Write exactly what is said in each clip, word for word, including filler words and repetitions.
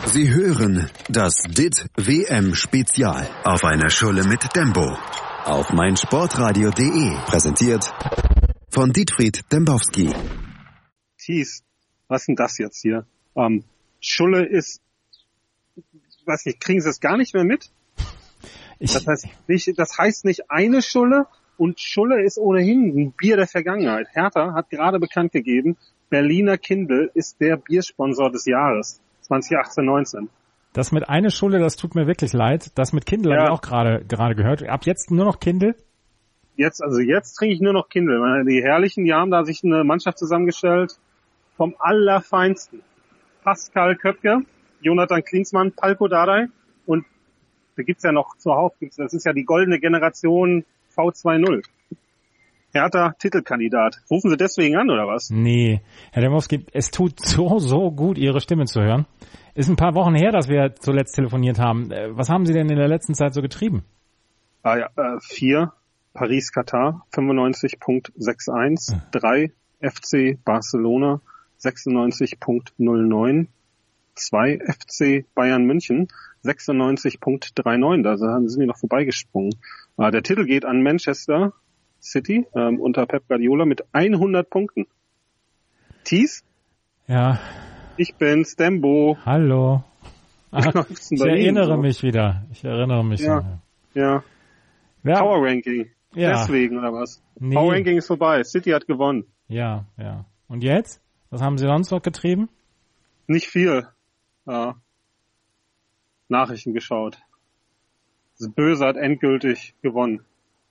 Sie hören das D I T W M-Spezial auf einer Schulle mit Dembo auf meinsportradio punkt de. Präsentiert von Dietfried Dembowski. Thies, was ist denn das jetzt hier? Ähm, Schulle ist, weiß nicht, kriegen Sie das gar nicht mehr mit? Ich das heißt nicht, das heißt nicht eine Schulle, und Schulle ist ohnehin ein Bier der Vergangenheit. Hertha hat gerade bekannt gegeben, Berliner Kindl ist der Biersponsor des Jahres zwanzig achtzehn neunzehn. Das mit eine Schulle, das tut mir wirklich leid. Das mit Kindl ja. habe ich auch gerade gerade gehört. Ab jetzt nur noch Kindl? Jetzt, also jetzt trinke ich nur noch Kindl. Die Herrlichen, die haben da sich eine Mannschaft zusammengestellt vom Allerfeinsten. Pascal Köpke, Jonathan Klinsmann, Palko Dardai und da gibt's ja noch zuhauf, das ist ja die goldene Generation V zwei null. Hertha Titelkandidat. Rufen Sie deswegen an, oder was? Nee, Herr Dembowski, es tut so, so gut, Ihre Stimme zu hören. Ist ein paar Wochen her, dass wir zuletzt telefoniert haben. Was haben Sie denn in der letzten Zeit so getrieben? Ah ja, äh, vier, Paris-Katar, fünfundneunzig Komma einundsechzig. Hm. Drei, F C Barcelona, sechsundneunzig Komma null neun. Zwei, F C Bayern München, sechsundneunzig Komma neununddreißig. Da sind die noch vorbeigesprungen. Ah, der Titel geht an Manchester City ähm, unter Pep Guardiola mit hundert Punkten. Thies? Ja. Ich bin's, Dembo. Hallo. Ach, ich erinnere so. mich wieder. Ich erinnere mich. Ja. So. Ja. ja. Power Ranking. Ja. Deswegen, oder was? Nee. Power Ranking ist vorbei. City hat gewonnen. Ja, ja. Und jetzt? Was haben Sie sonst noch getrieben? Nicht viel. Ja. Nachrichten geschaut. Das Böse hat endgültig gewonnen.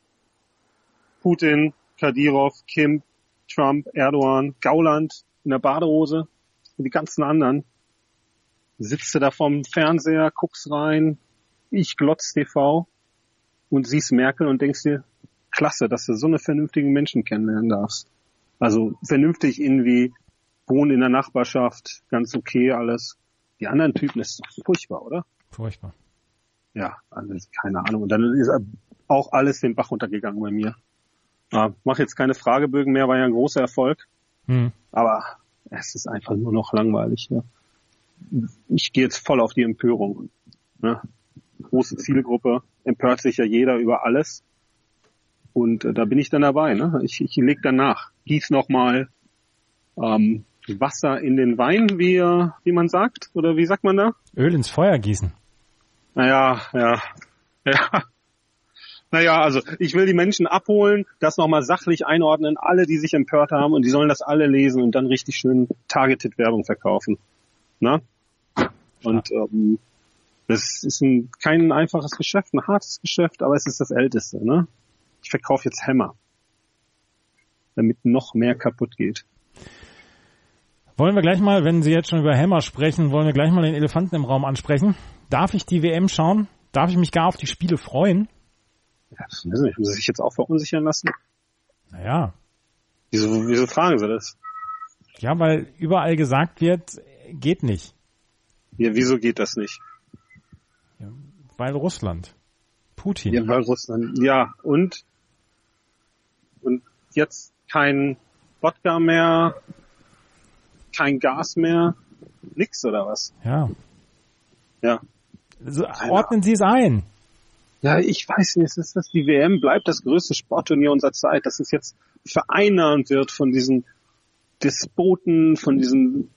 Putin, Kadyrov, Kim, Trump, Erdogan, Gauland in der Badehose und die ganzen anderen. Sitzt du da vorm Fernseher, guckst rein, ich glotz T V und siehst Merkel und denkst dir, klasse, dass du so eine vernünftigen Menschen kennenlernen darfst. Also vernünftig irgendwie, wohnen in der Nachbarschaft, ganz okay alles. Die anderen Typen, ist doch furchtbar, oder? Furchtbar. Ja, alles, keine Ahnung. Und dann ist auch alles den Bach runtergegangen bei mir. Ah, mach jetzt keine Fragebögen mehr, war ja ein großer Erfolg. Hm. Aber es ist einfach nur noch langweilig. Ja. Ich gehe jetzt voll auf die Empörung. Ne? Große Zielgruppe, empört sich ja jeder über alles. Und äh, da bin ich dann dabei. Ne? Ich, ich leg dann nach. Gieß nochmal ähm, Wasser in den Wein, wie, wie man sagt. Oder wie sagt man da? Öl ins Feuer gießen. Naja, ja. Ja. Naja, also ich will die Menschen abholen, das nochmal sachlich einordnen, alle, die sich empört haben, und die sollen das alle lesen und dann richtig schön targeted Werbung verkaufen. Na? Und ähm, das ist ein, kein einfaches Geschäft, ein hartes Geschäft, aber es ist das älteste. Ne? Ich verkaufe jetzt Hämmer, damit noch mehr kaputt geht. Wollen wir gleich mal, wenn Sie jetzt schon über Hämmer sprechen, wollen wir gleich mal den Elefanten im Raum ansprechen? Darf ich die W M schauen? Darf ich mich gar auf die Spiele freuen? Ja, das wissen wir. Muss Sie sich jetzt auch verunsichern lassen? Naja. Wieso, wieso fragen Sie das? Ja, weil überall gesagt wird, geht nicht. Ja, wieso geht das nicht? Ja, weil Russland. Putin. Ja, weil Russland. Ja, und? Und jetzt kein Wodka mehr, kein Gas mehr, nix oder was? Ja. Ja. Also, ordnen Sie es ein. Ja, ich weiß nicht, es ist das, die W M bleibt das größte Sportturnier unserer Zeit, dass es jetzt vereinnahmt wird von diesen Despoten, von diesen,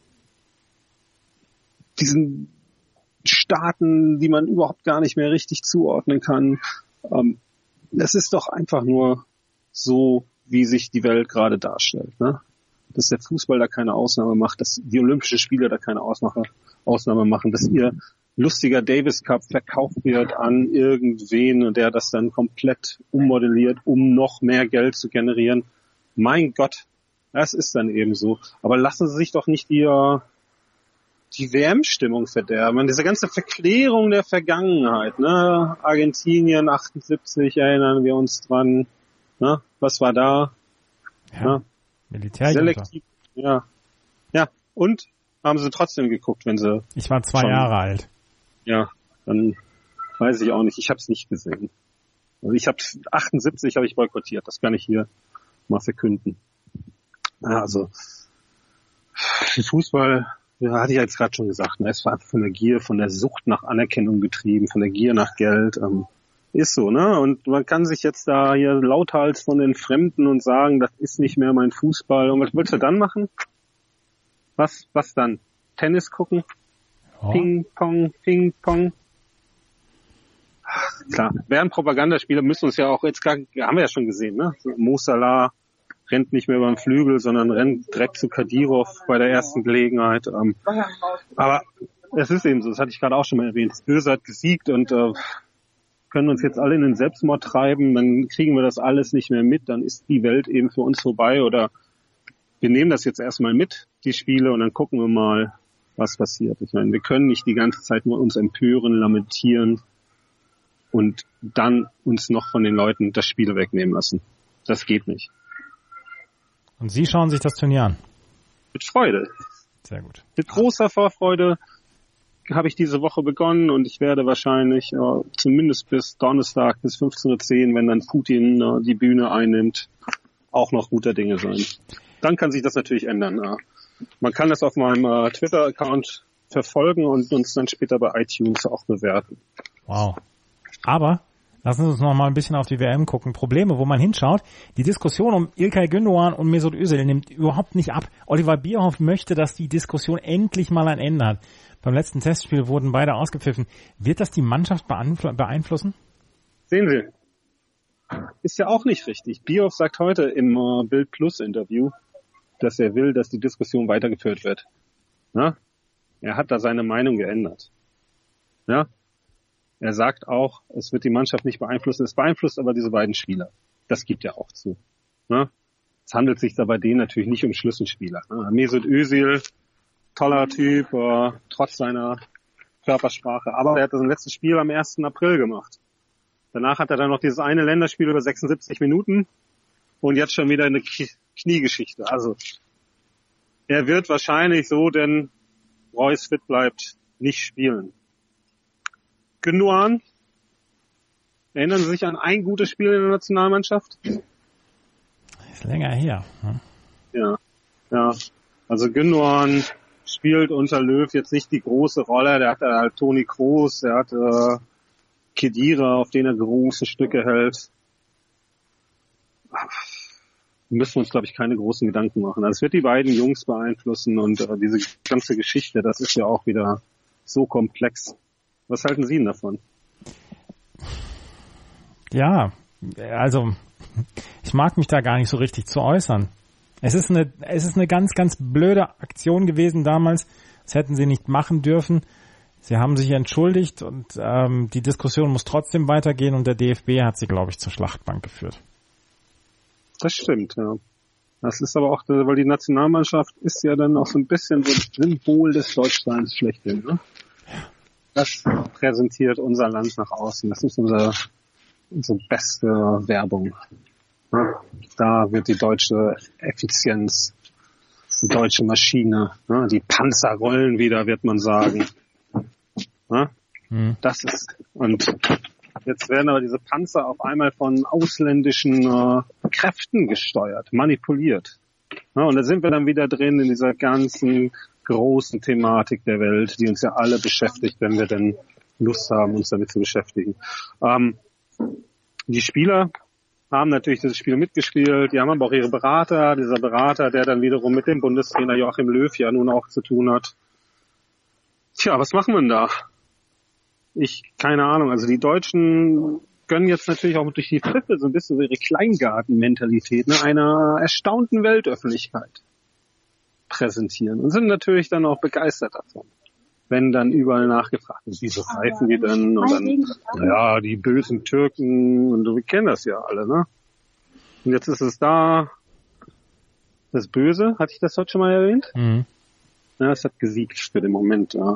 diesen Staaten, die man überhaupt gar nicht mehr richtig zuordnen kann. Ähm, das ist doch einfach nur so, wie sich die Welt gerade darstellt, ne? Dass der Fußball da keine Ausnahme macht, dass die Olympischen Spiele da keine Ausnahme, Ausnahme machen, dass ihr lustiger Davis Cup verkauft wird an irgendwen und der das dann komplett ummodelliert, um noch mehr Geld zu generieren. Mein Gott, das ist dann eben so. Aber lassen Sie sich doch nicht die, die W M-Stimmung verderben. Diese ganze Verklärung der Vergangenheit, ne? Argentinien achtundsiebzig, erinnern wir uns dran. Ne? Was war da? Ja, ne? Militärjunta. Selektiv, ja. Ja, und haben Sie trotzdem geguckt, wenn Sie... Ich war zwei Jahre alt. Ja, dann weiß ich auch nicht. Ich habe es nicht gesehen. Also ich habe achtundsiebzig habe ich boykottiert. Das kann ich hier mal verkünden. Also Fußball ja, hatte ich jetzt gerade schon gesagt, ne? Es war einfach von der Gier, von der Sucht nach Anerkennung getrieben, von der Gier nach Geld. Ähm, ist so, ne? Und man kann sich jetzt da hier lauthals von den Fremden und sagen, das ist nicht mehr mein Fußball. Und was willst du dann machen? Was, was dann? Tennis gucken? Oh. Ping, Pong, Ping, Pong. Klar, wären Propagandaspieler, müssen uns ja auch jetzt gar, haben wir ja schon gesehen, ne? Mo Salah rennt nicht mehr beim Flügel, sondern rennt direkt zu Kadyrov bei der ersten Gelegenheit. Ähm, aber es ist eben so, das hatte ich gerade auch schon mal erwähnt. Das Böse hat gesiegt und äh, können uns jetzt alle in den Selbstmord treiben, dann kriegen wir das alles nicht mehr mit, dann ist die Welt eben für uns vorbei oder wir nehmen das jetzt erstmal mit, die Spiele, und dann gucken wir mal, was passiert. Ich meine, wir können nicht die ganze Zeit nur uns empören, lamentieren und dann uns noch von den Leuten das Spiel wegnehmen lassen. Das geht nicht. Und Sie schauen sich das Turnier an? Mit Freude. Sehr gut. Mit großer Vorfreude habe ich diese Woche begonnen und ich werde wahrscheinlich äh, zumindest bis Donnerstag bis fünfzehn Uhr zehn, wenn dann Putin äh, die Bühne einnimmt, auch noch guter Dinge sein. Dann kann sich das natürlich ändern. Äh. Man kann das auf meinem äh, Twitter-Account verfolgen und uns dann später bei iTunes auch bewerten. Wow. Aber lassen Sie uns noch mal ein bisschen auf die W M gucken. Probleme, wo man hinschaut. Die Diskussion um İlkay Gündoğan und Mesut Özil nimmt überhaupt nicht ab. Oliver Bierhoff möchte, dass die Diskussion endlich mal ein Ende hat. Beim letzten Testspiel wurden beide ausgepfiffen. Wird das die Mannschaft beeinflussen? Sehen Sie, ist ja auch nicht richtig. Bierhoff sagt heute im uh, Bild Plus Interview, dass er will, dass die Diskussion weitergeführt wird. Ja? Er hat da seine Meinung geändert. Ja? Er sagt auch, es wird die Mannschaft nicht beeinflussen. Es beeinflusst aber diese beiden Spieler. Das gibt er auch zu. Ja? Es handelt sich da bei denen natürlich nicht um Schlüsselspieler. Ja? Mesut Özil, toller Typ, äh, trotz seiner Körpersprache. Aber er hat das letzte Spiel am ersten April gemacht. Danach hat er dann noch dieses eine Länderspiel über sechsundsiebzig Minuten und jetzt schon wieder eine Kniegeschichte. Also er wird wahrscheinlich so, denn Reus fit bleibt, nicht spielen. Gündoğan, erinnern Sie sich an ein gutes Spiel in der Nationalmannschaft? Ist länger her. Hm? Ja, ja. Also Gündoğan spielt unter Löw jetzt nicht die große Rolle. Der hat halt Toni Kroos, der hat äh, Khedira, auf den er große Stücke hält. Wir müssen uns, glaube ich, keine großen Gedanken machen. Also es wird die beiden Jungs beeinflussen und äh, diese ganze Geschichte, das ist ja auch wieder so komplex. Was halten Sie denn davon? Ja, also ich mag mich da gar nicht so richtig zu äußern. Es ist eine, es ist eine ganz, ganz blöde Aktion gewesen damals. Das hätten sie nicht machen dürfen. Sie haben sich entschuldigt und ähm, die Diskussion muss trotzdem weitergehen und der D F B hat sie, glaube ich, zur Schlachtbank geführt. Das stimmt, ja. Das ist aber auch, weil die Nationalmannschaft ist ja dann auch so ein bisschen so ein Symbol des Deutschlands schlechthin, ne? Das präsentiert unser Land nach außen. Das ist unsere, unsere beste Werbung. Ja, da wird die deutsche Effizienz, die deutsche Maschine, ja, die Panzer rollen wieder, wird man sagen. Ja, mhm. Das ist, und jetzt werden aber diese Panzer auf einmal von ausländischen äh, Kräften gesteuert, manipuliert. Ja, und da sind wir dann wieder drin in dieser ganzen großen Thematik der Welt, die uns ja alle beschäftigt, wenn wir denn Lust haben, uns damit zu beschäftigen. Ähm, die Spieler haben natürlich dieses Spiel mitgespielt, die haben aber auch ihre Berater, dieser Berater, der dann wiederum mit dem Bundestrainer Joachim Löw ja nun auch zu tun hat. Tja, was machen wir denn da? Ich, keine Ahnung, also die Deutschen gönnen jetzt natürlich auch durch die Pfiffe so ein bisschen so ihre Kleingartenmentalität, ne, einer erstaunten Weltöffentlichkeit präsentieren und sind natürlich dann auch begeistert davon, wenn dann überall nachgefragt wird, wieso pfeifen die denn? Und dann, ja, die bösen Türken, und wir kennen das ja alle, ne? Und jetzt ist es da, das Böse, hatte ich das heute schon mal erwähnt? Mhm. Ja, es hat gesiegt für den Moment, ja.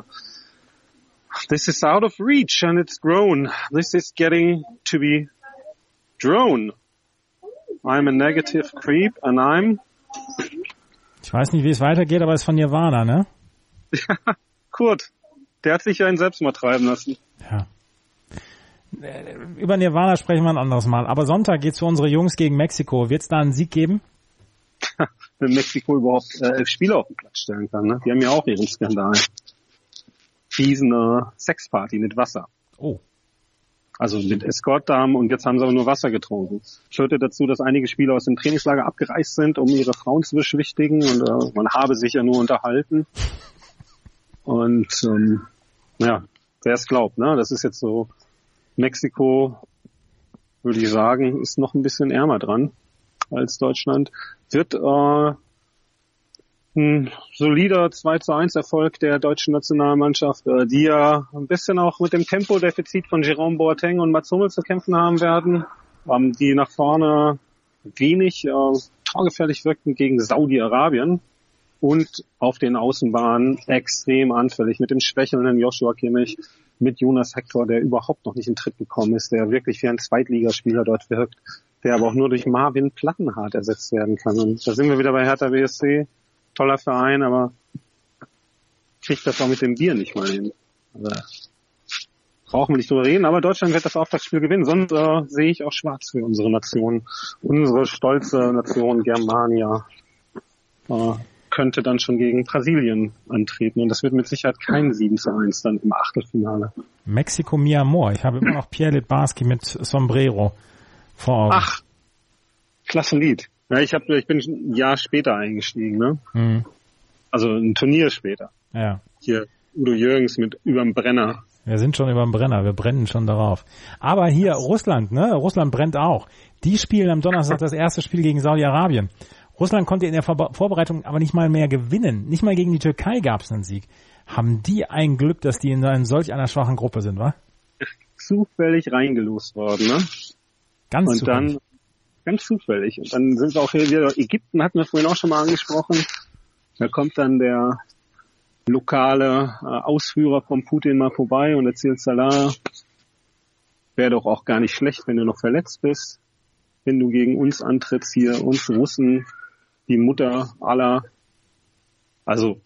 This is out of reach and it's grown. This is getting to be drone. I'm a negative creep and I'm... Ich weiß nicht, wie es weitergeht, aber es ist von Nirvana, ne? Ja, Kurt, der hat sich ja in Selbstmord treiben lassen. Ja. Über Nirvana sprechen wir ein anderes Mal. Aber Sonntag geht's für unsere Jungs gegen Mexiko. Wird's da einen Sieg geben? wenn Mexiko überhaupt äh, elf Spieler auf den Platz stellen kann. Ne? Die haben ja auch ihren Skandal. Diesen äh, Sexparty mit Wasser. Oh. Also mit Escortdamen und jetzt haben sie aber nur Wasser getrunken. Führte dazu, dass einige Spieler aus dem Trainingslager abgereist sind, um ihre Frauen zu beschwichtigen und äh, man habe sich ja nur unterhalten. Und ähm, ja, wer es glaubt, ne? Das ist jetzt so, Mexiko, würde ich sagen, ist noch ein bisschen ärmer dran als Deutschland. Wird äh, ein solider zwei zu eins Erfolg der deutschen Nationalmannschaft, äh, die ja ein bisschen auch mit dem Tempodefizit von Jerome Boateng und Mats Hummels zu kämpfen haben werden, ähm, die nach vorne wenig äh, torgefährlich wirkten gegen Saudi-Arabien und auf den Außenbahnen extrem anfällig mit dem schwächelnden Joshua Kimmich, mit Jonas Hector, der überhaupt noch nicht in den Tritt gekommen ist, der wirklich wie ein Zweitligaspieler dort wirkt, der aber auch nur durch Marvin Plattenhardt ersetzt werden kann. Und da sind wir wieder bei Hertha B S C. Toller Verein, aber kriegt das auch mit dem Bier nicht mal hin. Also, brauchen wir nicht drüber reden, aber Deutschland wird das Auftaktspiel gewinnen, sonst äh, sehe ich auch schwarz für unsere Nation. Unsere stolze Nation Germania äh, könnte dann schon gegen Brasilien antreten und das wird mit Sicherheit kein sieben zu eins dann im Achtelfinale. Mexiko Mi Amor, ich habe immer noch Pierre Littbarski mit Sombrero vor Augen. Ach, klasse Lied. Ja, ich, hab, ich bin ein Jahr später eingestiegen, ne? Mhm. Also ein Turnier später. Ja. Hier Udo Jürgens mit Überm Brenner. Wir sind schon überm Brenner, wir brennen schon darauf. Aber hier Russland, ne? Russland brennt auch. Die spielen am Donnerstag das erste Spiel gegen Saudi-Arabien. Russland konnte in der Vor- Vorbereitung aber nicht mal mehr gewinnen. Nicht mal gegen die Türkei gab es einen Sieg. Haben die ein Glück, dass die in einer solch einer schwachen Gruppe sind, wa? Zufällig reingelost worden, ne? Ganz Und zufällig. dann Ganz zufällig. Und dann sind wir auch hier wieder, Ägypten hatten wir vorhin auch schon mal angesprochen. Da kommt dann der lokale äh, Ausführer von Putin mal vorbei und erzählt, Salah, wäre doch auch gar nicht schlecht, wenn du noch verletzt bist, wenn du gegen uns antrittst hier, uns Russen, die Mutter aller. Also,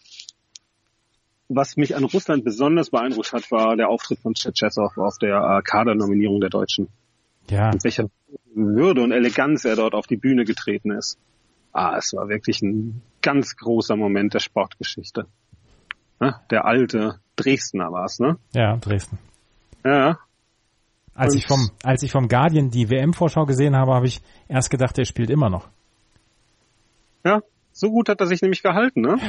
was mich an Russland besonders beeindruckt hat, war der Auftritt von Cherchesov auf der äh, Kadernominierung der Deutschen. Ja. Mit welcher Würde und Eleganz er dort auf die Bühne getreten ist. Ah, es war wirklich ein ganz großer Moment der Sportgeschichte. Ne? Der alte Dresdner war es, ne? Ja, Dresden. Ja. Als und ich vom, als ich vom Guardian die W M-Vorschau gesehen habe, habe ich erst gedacht, der spielt immer noch. Ja, so gut hat er sich nämlich gehalten, ne?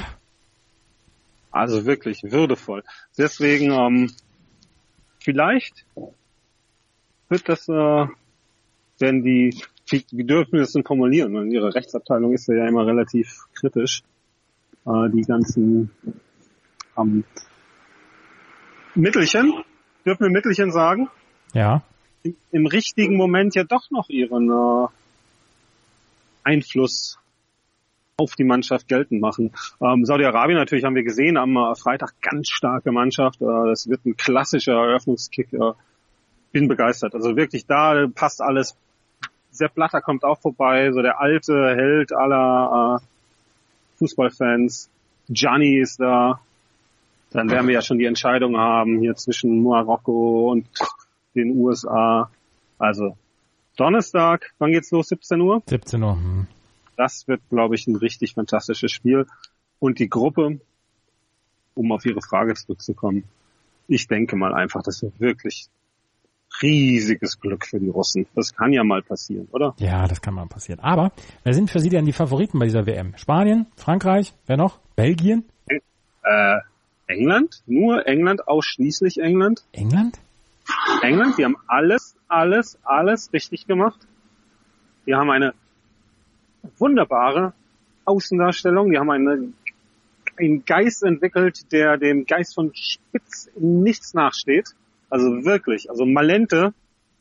Also wirklich würdevoll. Deswegen, ähm, vielleicht wird das, äh, wenn die, wie, wie dürfen wir das denn formulieren? Und ihre Rechtsabteilung ist ja immer relativ kritisch. Äh, die ganzen ähm, Mittelchen, dürfen wir Mittelchen sagen? Ja. Im, im richtigen Moment ja doch noch ihren äh, Einfluss auf die Mannschaft geltend machen. Ähm, Saudi-Arabien natürlich haben wir gesehen am äh, Freitag, ganz starke Mannschaft. Äh, das wird ein klassischer Eröffnungskick. Äh, bin begeistert. Also wirklich, da passt alles. Sepp Blatter kommt auch vorbei, so der alte Held aller äh, Fußballfans. Gianni ist da. Dann werden wir ja schon die Entscheidung haben hier zwischen Marokko und den U S A. Also Donnerstag, wann geht's los? siebzehn Uhr? siebzehn Uhr. Hm. Das wird, glaube ich, ein richtig fantastisches Spiel. Und die Gruppe, um auf Ihre Frage zurückzukommen, ich denke mal einfach, das wird wirklich riesiges Glück für die Russen. Das kann ja mal passieren, oder? Ja, das kann mal passieren. Aber wer sind für Sie denn die Favoriten bei dieser W M? Spanien, Frankreich, wer noch? Belgien? Äh, England? Nur England, ausschließlich England. England? England, die haben alles, alles, alles richtig gemacht. Die haben eine wunderbare Außendarstellung. Die haben eine, einen Geist entwickelt, der dem Geist von Spitz in nichts nachsteht. Also wirklich, also Malente,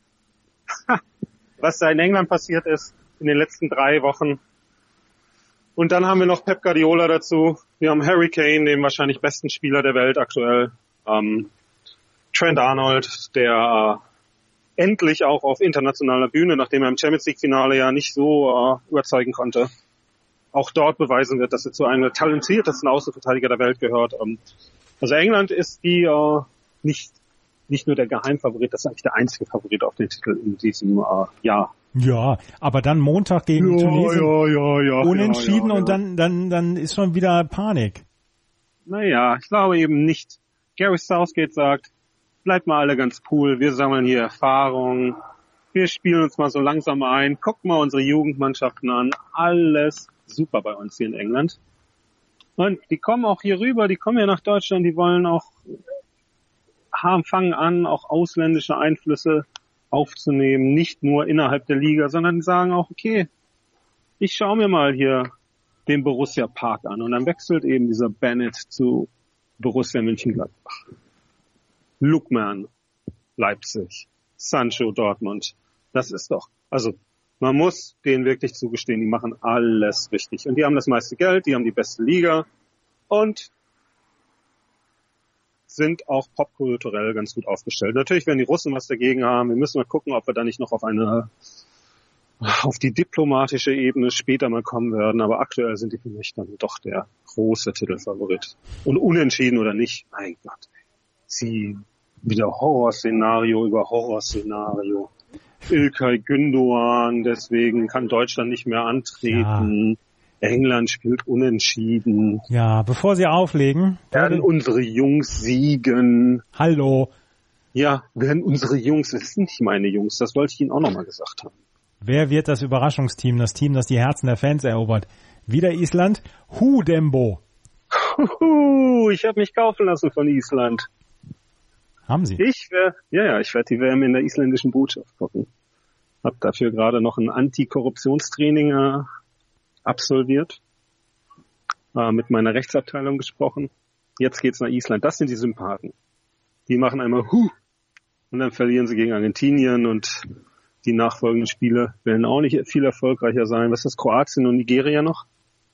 was da in England passiert ist in den letzten drei Wochen. Und dann haben wir noch Pep Guardiola dazu. Wir haben Harry Kane, den wahrscheinlich besten Spieler der Welt aktuell. Ähm, Trent Arnold, der äh, endlich auch auf internationaler Bühne, nachdem er im Champions League Finale ja nicht so äh, überzeugen konnte, auch dort beweisen wird, dass er zu einem der talentiertesten Außenverteidiger der Welt gehört. Ähm, also England ist die äh, nicht nicht nur der Geheimfavorit, das ist eigentlich der einzige Favorit auf den Titel in diesem äh, Jahr. Ja, aber dann Montag gegen ja, Tunesien ja, ja, ja, unentschieden ja, ja, ja. und dann, dann, dann ist schon wieder Panik. Naja, ich glaube eben nicht. Gary Southgate sagt, bleibt mal alle ganz cool, wir sammeln hier Erfahrung, wir spielen uns mal so langsam ein, guckt mal unsere Jugendmannschaften an, alles super bei uns hier in England. Und die kommen auch hier rüber, die kommen ja nach Deutschland, die wollen auch, haben, fangen an, auch ausländische Einflüsse aufzunehmen, nicht nur innerhalb der Liga, sondern sagen auch, okay, ich schaue mir mal hier den Borussia Park an. Und dann wechselt eben dieser Bennett zu Borussia Mönchengladbach. Lookman, Leipzig, Sancho, Dortmund. Das ist doch, also man muss denen wirklich zugestehen, die machen alles richtig. Und die haben das meiste Geld, die haben die beste Liga und sind auch popkulturell ganz gut aufgestellt. Natürlich werden die Russen was dagegen haben. Wir müssen mal gucken, ob wir da nicht noch auf eine, auf die diplomatische Ebene später mal kommen werden. Aber aktuell sind die für mich dann doch der große Titelfavorit. Und unentschieden oder nicht, mein Gott. Sie wieder Horrorszenario über Horrorszenario. İlkay Gündoğan, deswegen kann Deutschland nicht mehr antreten. Ja. England spielt unentschieden. Ja, bevor Sie auflegen. Werden unsere Jungs siegen. Hallo. Ja, werden unsere Jungs, das sind nicht meine Jungs, das wollte ich Ihnen auch nochmal gesagt haben. Wer wird das Überraschungsteam, das Team, das die Herzen der Fans erobert? Wieder Island? Hu, Dembo. Huhu, ich habe mich kaufen lassen von Island. Haben Sie? Ich werde, ja, ja, ich werde die W M in der isländischen Botschaft gucken. Hab dafür gerade noch ein Antikorruptionstraining äh, absolviert, äh, mit meiner Rechtsabteilung gesprochen. Jetzt geht's nach Island. Das sind die Sympathen. Die machen einmal Hu und dann verlieren sie gegen Argentinien und die nachfolgenden Spiele werden auch nicht viel erfolgreicher sein. Was ist das, Kroatien und Nigeria noch?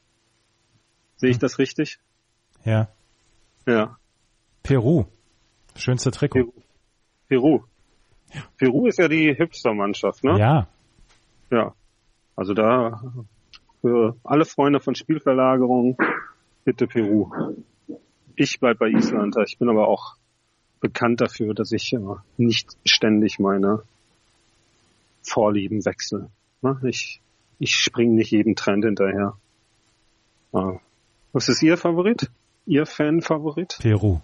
Sehe ich das richtig? Ja. Ja. Peru. Schönste Trikot. Peru. Peru. Ja. Peru ist ja die Hipster-Mannschaft, ne? Ja. Ja. Also da für alle Freunde von Spielverlagerung bitte Peru. Ich bleib bei Island. Ich bin aber auch bekannt dafür, dass ich äh, nicht ständig meine Vorlieben wechsle. Ne? Ich, ich springe nicht jedem Trend hinterher. Äh, was ist Ihr Favorit? Ihr Fan-Favorit? Peru.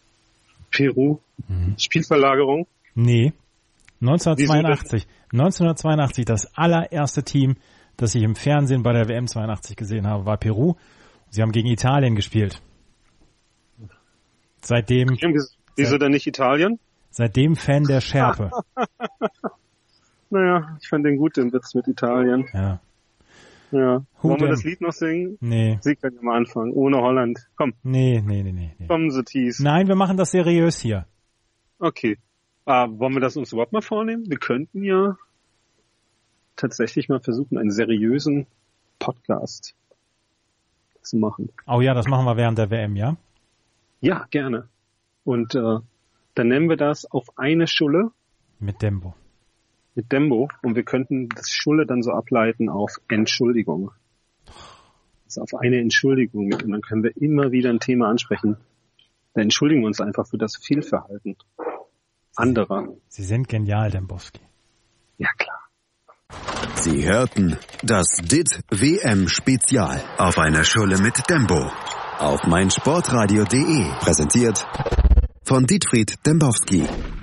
Peru? Mhm. Spielverlagerung? Nee. neunzehnhundertzweiundachtzig. neunzehnhundertzweiundachtzig, das allererste Team, das ich im Fernsehen bei der W M zweiundachtzig gesehen habe, war Peru. Sie haben gegen Italien gespielt. Seitdem... Wieso denn nicht Italien? Seitdem Fan der Schärpe. Naja, ich fand den gut, den Witz mit Italien. Ja. Ja. Wollen wir das Lied noch singen? Nee. Sie können ja mal anfangen, ohne Holland. Komm. Nee, nee, nee, nee. Kommen Sie, Thies. Nein, wir machen das seriös hier. Okay. Ah, wollen wir das uns überhaupt mal vornehmen? Wir könnten ja tatsächlich mal versuchen, einen seriösen Podcast zu machen. Oh ja, das machen wir während der W M, ja? Ja, gerne. Und äh, dann nennen wir das auf eine Schulle. Mit Dembo. Mit Dembo. Und wir könnten das Schulle dann so ableiten auf Entschuldigung. Also auf eine Entschuldigung. Und dann können wir immer wieder ein Thema ansprechen. Da entschuldigen wir uns einfach für das Fehlverhalten anderer. Sie sind genial, Dembowski. Ja, klar. Sie hörten das D I T W M Spezial auf einer Schulle mit Dembo. Auf meinsportradio punkt de. Präsentiert von Dietfried Dembowski.